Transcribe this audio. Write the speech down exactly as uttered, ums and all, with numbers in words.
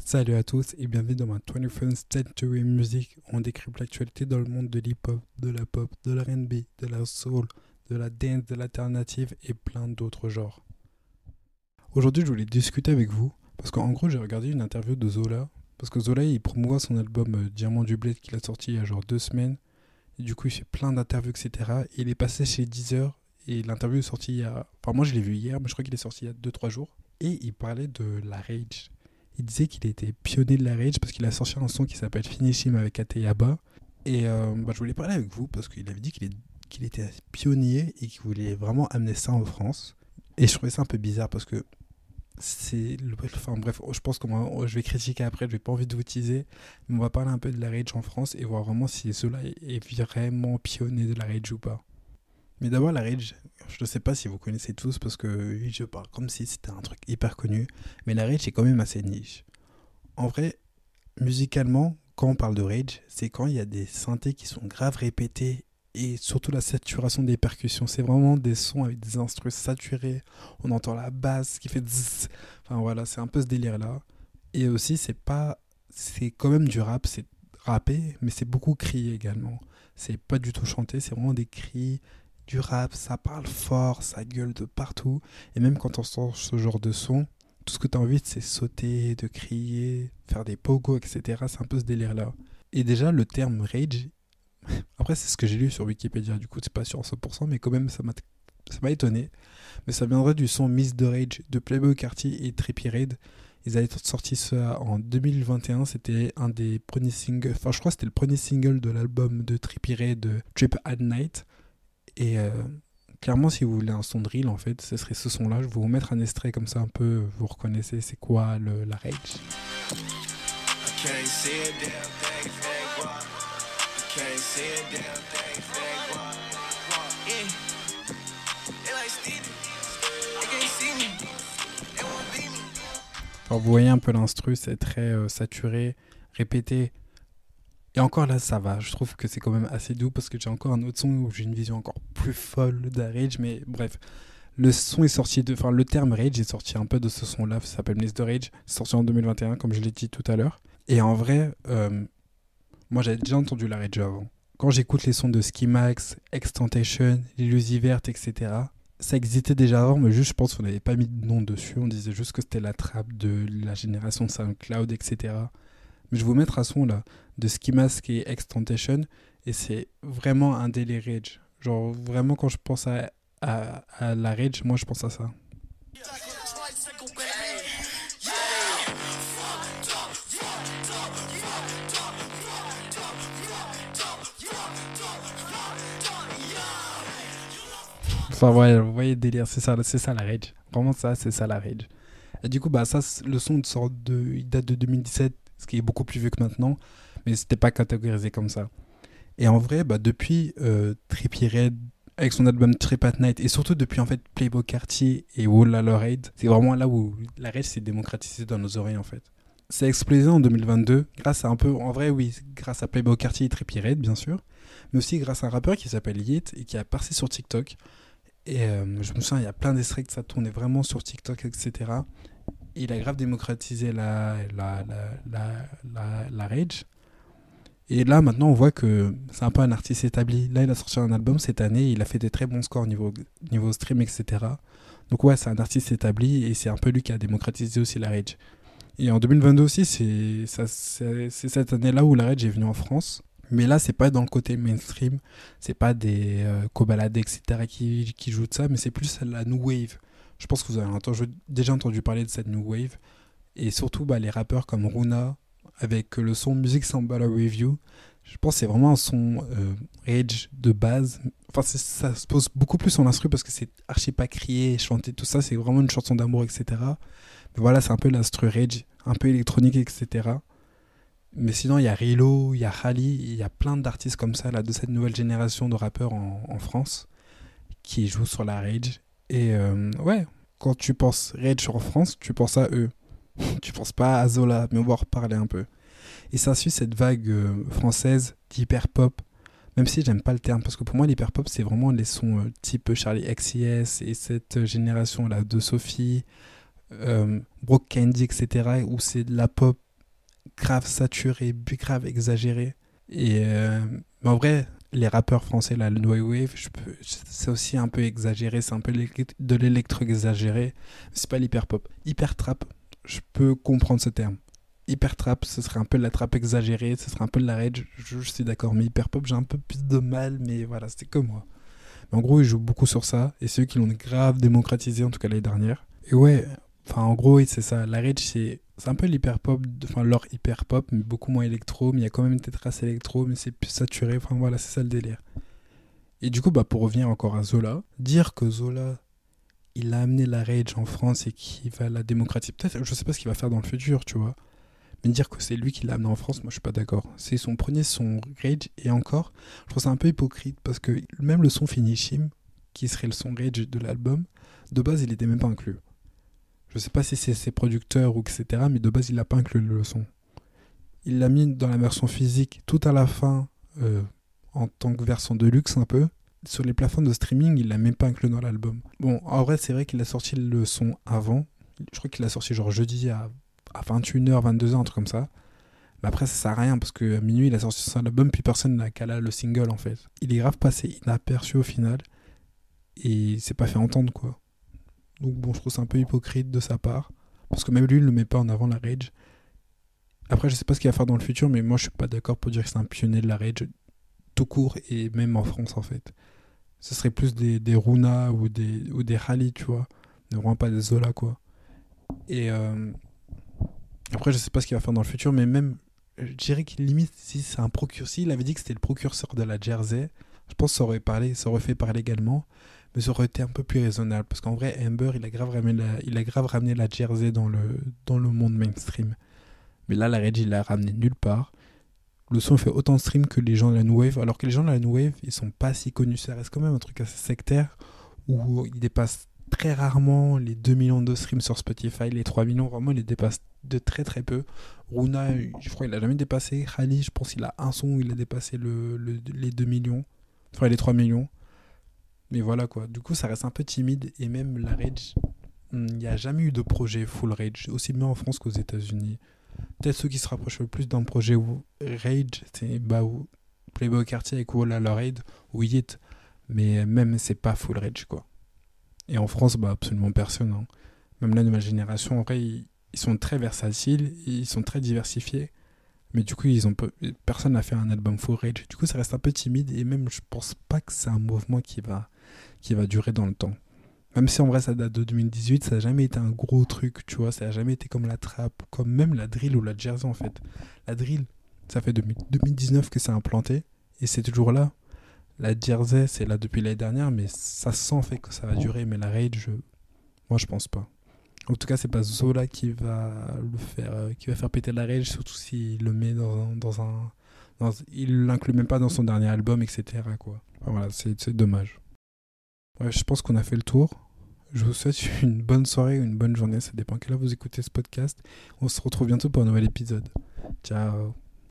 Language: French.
Salut à tous et bienvenue dans ma vingt-et-unième Century Music. On décrypte l'actualité dans le monde de l'hip-hop, de la pop, de l'R and B, de la soul, de la dance, de l'alternative et plein d'autres genres. Aujourd'hui, je voulais discuter avec vous parce qu'en gros, j'ai regardé une interview de Zola. Parce que Zola, il promouvoit son album euh, Diamant du Bled qu'il a sorti il y a genre deux semaines. Et du coup, il fait plein d'interviews, et cetera. Et il est passé chez Deezer et l'interview est sortie il y a... Enfin, moi, je l'ai vu hier, mais je crois qu'il est sorti il y a deux trois jours. Et il parlait de la rage. Il disait qu'il était pionnier de la rage parce qu'il a sorti un son qui s'appelle Finish Him avec Ateyaba. Et euh, bah, je voulais parler avec vous parce qu'il avait dit qu'il, est, qu'il était pionnier et qu'il voulait vraiment amener ça en France. Et je trouvais ça un peu bizarre parce que c'est... Le... Enfin bref, je pense que moi, je vais critiquer après, je n'ai pas envie de vous teaser. Mais on va parler un peu de la rage en France et voir vraiment si cela est vraiment pionnier de la rage ou pas. Mais d'abord, la rage, je ne sais pas si vous connaissez tous parce que je parle comme si c'était un truc hyper connu, mais la rage est quand même assez niche. En vrai, musicalement, quand on parle de rage, c'est quand il y a des synthés qui sont grave répétés et surtout la saturation des percussions. C'est vraiment des sons avec des instruments saturés, on entend la basse qui fait zzz. Enfin voilà, c'est un peu ce délire-là. Et aussi, c'est pas, c'est quand même du rap, c'est rappé, mais c'est beaucoup crié également. C'est pas du tout chanté, c'est vraiment des cris. Du rap, ça parle fort, ça gueule de partout. Et même quand on sent ce genre de son, tout ce que tu as envie, c'est sauter, de crier, faire des pogos, et cetera. C'est un peu ce délire-là. Et déjà, le terme rage, après, c'est ce que j'ai lu sur Wikipédia, du coup, c'est pas sûr à cent pour cent, mais quand même, ça m'a, ça m'a étonné. Mais ça viendrait du son Miss the Rage de Playboi Carti et Trippie Redd. Ils avaient sorti ça en deux mille vingt et un, c'était un des premiers singles, enfin, je crois que c'était le premier single de l'album de Trippie Redd, Trip at Night. Et euh, clairement, si vous voulez un son de drill, en fait, ce serait ce son-là. Je vais vous mettre un extrait comme ça, un peu, vous reconnaissez c'est quoi le, la rage. Alors, vous voyez un peu l'instru, c'est très euh, saturé, répété. Et encore là, ça va. Je trouve que c'est quand même assez doux parce que j'ai encore un autre son où j'ai une vision encore plus folle de la rage. Mais bref, le son est sorti de. Enfin, le terme rage est sorti un peu de ce son-là. Ça s'appelle Miss the Rage. C'est sorti en deux mille vingt et un, comme je l'ai dit tout à l'heure. Et en vrai, euh, moi j'avais déjà entendu la rage avant. Quand j'écoute les sons de Ski Max, Extentation, Illusivert, et cetera, ça existait déjà avant, mais juste je pense qu'on n'avait pas mis de nom dessus. On disait juste que c'était la trappe de la génération SoundCloud, et cetera. Mais je vais vous mettre un son là de Ski Mask et Extentation et c'est vraiment un délire rage. Genre vraiment quand je pense à, à, à la rage, moi je pense à ça. Enfin ouais, vous voyez le délire, c'est ça, c'est ça la rage. Vraiment ça, c'est ça la rage. Et du coup bah ça, le son sort de, il date de deux mille dix-sept, ce qui est beaucoup plus vieux que maintenant, mais c'était pas catégorisé comme ça. Et en vrai, bah, depuis euh, Trippie Redd, avec son album Trip at Night, et surtout depuis en fait Playboi Carti et Walla Lorraine, c'est vraiment là où la rage s'est démocratisée dans nos oreilles en fait. Ça a explosé en deux mille vingt-deux, grâce à un peu, en vrai oui, grâce à Playboi Carti et Trippie Redd bien sûr, mais aussi grâce à un rappeur qui s'appelle Yeat et qui a percé sur TikTok. Et euh, je me souviens, il y a plein d'extraits que ça tournait vraiment sur TikTok, et cetera. Et il a grave démocratisé la, la, la, la, la, la rage. Et là, maintenant, on voit que c'est un peu un artiste établi. Là, il a sorti un album cette année, il a fait des très bons scores niveau, niveau stream, et cetera. Donc ouais, c'est un artiste établi et c'est un peu lui qui a démocratisé aussi la rage. Et en deux mille vingt-deux aussi, c'est, ça, c'est, c'est cette année-là où la rage est venue en France. Mais là, c'est pas dans le côté mainstream, c'est pas des euh, Kobalade, et cetera qui, qui jouent de ça, mais c'est plus la new wave. Je pense que vous avez entendu, déjà entendu parler de cette new wave. Et surtout, bah, les rappeurs comme Runa, avec le son Music Samba Review. Je pense que c'est vraiment un son euh, rage de base. Enfin, c'est, ça se pose beaucoup plus sur l'instru parce que c'est archi pas crié, chanté, tout ça. C'est vraiment une chanson d'amour, et cetera. Mais voilà, c'est un peu l'instru rage, un peu électronique, et cetera. Mais sinon, il y a Rilo, il y a Khali, il y a plein d'artistes comme ça, là, de cette nouvelle génération de rappeurs en, en France qui jouent sur la rage. Et euh, ouais, quand tu penses rage en France, tu penses à eux. Tu penses pas à Zola, mais on va en reparler un peu. Et ça suit cette vague euh, française d'hyper-pop, même si j'aime pas le terme, parce que pour moi l'hyper-pop c'est vraiment les sons euh, type Charlie X C S et cette génération là de Sophie, euh, Brooke Candy, et cetera, où c'est de la pop grave saturé, grave exagéré. Et euh, mais en vrai, les rappeurs français, là, le No Wave, je peux, c'est aussi un peu exagéré, c'est un peu de l'électro exagéré. C'est pas l'hyper pop. Hyper trap, je peux comprendre ce terme. Hyper trap, ce serait un peu de la trap exagérée, ce serait un peu de la rage, je, je suis d'accord. Mais hyper pop, j'ai un peu plus de mal, mais voilà, c'était comme moi. Mais en gros, ils jouent beaucoup sur ça, et c'est eux qui l'ont grave démocratisé, en tout cas l'année dernière. Et ouais, enfin, en gros, oui, c'est ça. La rage, c'est, c'est un peu l'hyper pop, enfin, leur hyper pop, mais beaucoup moins électro, mais il y a quand même des traces électro, mais c'est plus saturé, enfin voilà, c'est ça le délire. Et du coup, bah, pour revenir encore à Zola, dire que Zola, il a amené la rage en France et qu'il va la démocratiser, peut-être, je sais pas ce qu'il va faire dans le futur, tu vois. Mais dire que c'est lui qui l'a amené en France, moi je suis pas d'accord. C'est son premier son Rage, et encore, je trouve ça un peu hypocrite parce que même le son Finishim, qui serait le son Rage de l'album, de base il était même pas inclus. Je sais pas si c'est ses producteurs ou et cetera, mais de base il l'a pas inclus le son. Il l'a mis dans la version physique tout à la fin, euh, en tant que version de luxe un peu. Sur les plateformes de streaming, il l'a même pas inclus dans l'album. Bon, en vrai, c'est vrai qu'il a sorti le son avant. Je crois qu'il l'a sorti genre jeudi à à vingt et une heures, vingt-deux heures, un truc comme ça. Mais après, ça sert à rien parce qu'à minuit, il a sorti son album, puis personne n'a calé le single en fait. Il est grave passé inaperçu au final et il s'est pas fait entendre quoi. Donc bon, je trouve c'est un peu hypocrite de sa part parce que même lui, il ne met pas en avant la rage. Après, je sais pas ce qu'il va faire dans le futur, mais moi, je suis pas d'accord pour dire que c'est un pionnier de la rage tout court et même en France en fait. Ce serait plus des, des Runa ou des, ou des Rally, tu vois. Ne vraiment pas des Zola quoi. Et. Euh, Après, je sais pas ce qu'il va faire dans le futur, mais même, je dirais qu'il limite, si c'est un précurseur, il avait dit que c'était le précurseur de la Jersey, je pense que ça aurait, parlé, ça aurait fait parler également, mais ça aurait été un peu plus raisonnable, parce qu'en vrai, Amber, il a grave ramené la, il a grave ramené la Jersey dans le, dans le monde mainstream. Mais là, la Rage, il l'a ramené nulle part. Le son fait autant de stream que les gens de la New Wave, alors que les gens de la New Wave, ils sont pas si connus, ça reste quand même un truc assez sectaire, où ils dépassent très rarement les deux millions de streams sur Spotify, les trois millions, vraiment, ils les dépassent de très très peu. Runa, je crois qu'il a jamais dépassé. Khali, je pense qu'il a un son où il a dépassé le, le, les deux millions, enfin les trois millions. Mais voilà quoi, du coup ça reste un peu timide, et même la Rage, il n'y a jamais eu de projet full Rage, aussi bien en France qu'aux États-Unis. Peut-être ceux qui se rapprochent le plus d'un projet Rage, c'est bah, Playboy Cartier avec Walla Lorraine ou Yeet, mais même c'est pas full Rage quoi. Et en France, bah, absolument personne. Hein. Même la nouvelle génération, en vrai, ils, ils sont très versatiles, ils sont très diversifiés. Mais du coup, ils ont peu, personne n'a fait un album full rage. Du coup, ça reste un peu timide. Et même, je pense pas que c'est un mouvement qui va, qui va durer dans le temps. Même si en vrai, ça date de deux mille dix-huit, ça n'a jamais été un gros truc, tu vois. Ça n'a jamais été comme la trap, comme même la drill ou la jersey, en fait. La drill, ça fait depuis deux mille dix-neuf que c'est implanté. Et c'est toujours là. La Jersey, c'est là depuis l'année dernière, mais ça sent fait que ça va durer. Mais la Rage, je... moi, je pense pas. En tout cas, c'est pas Zola qui va le faire, euh, qui va faire péter la Rage, surtout s'il le met dans, dans un, dans, il l'inclut même pas dans son dernier album, et cetera quoi. Enfin, voilà, c'est, c'est dommage. Ouais, je pense qu'on a fait le tour. Je vous souhaite une bonne soirée ou une bonne journée, ça dépend quelle heure vous écoutez ce podcast. On se retrouve bientôt pour un nouvel épisode. Ciao.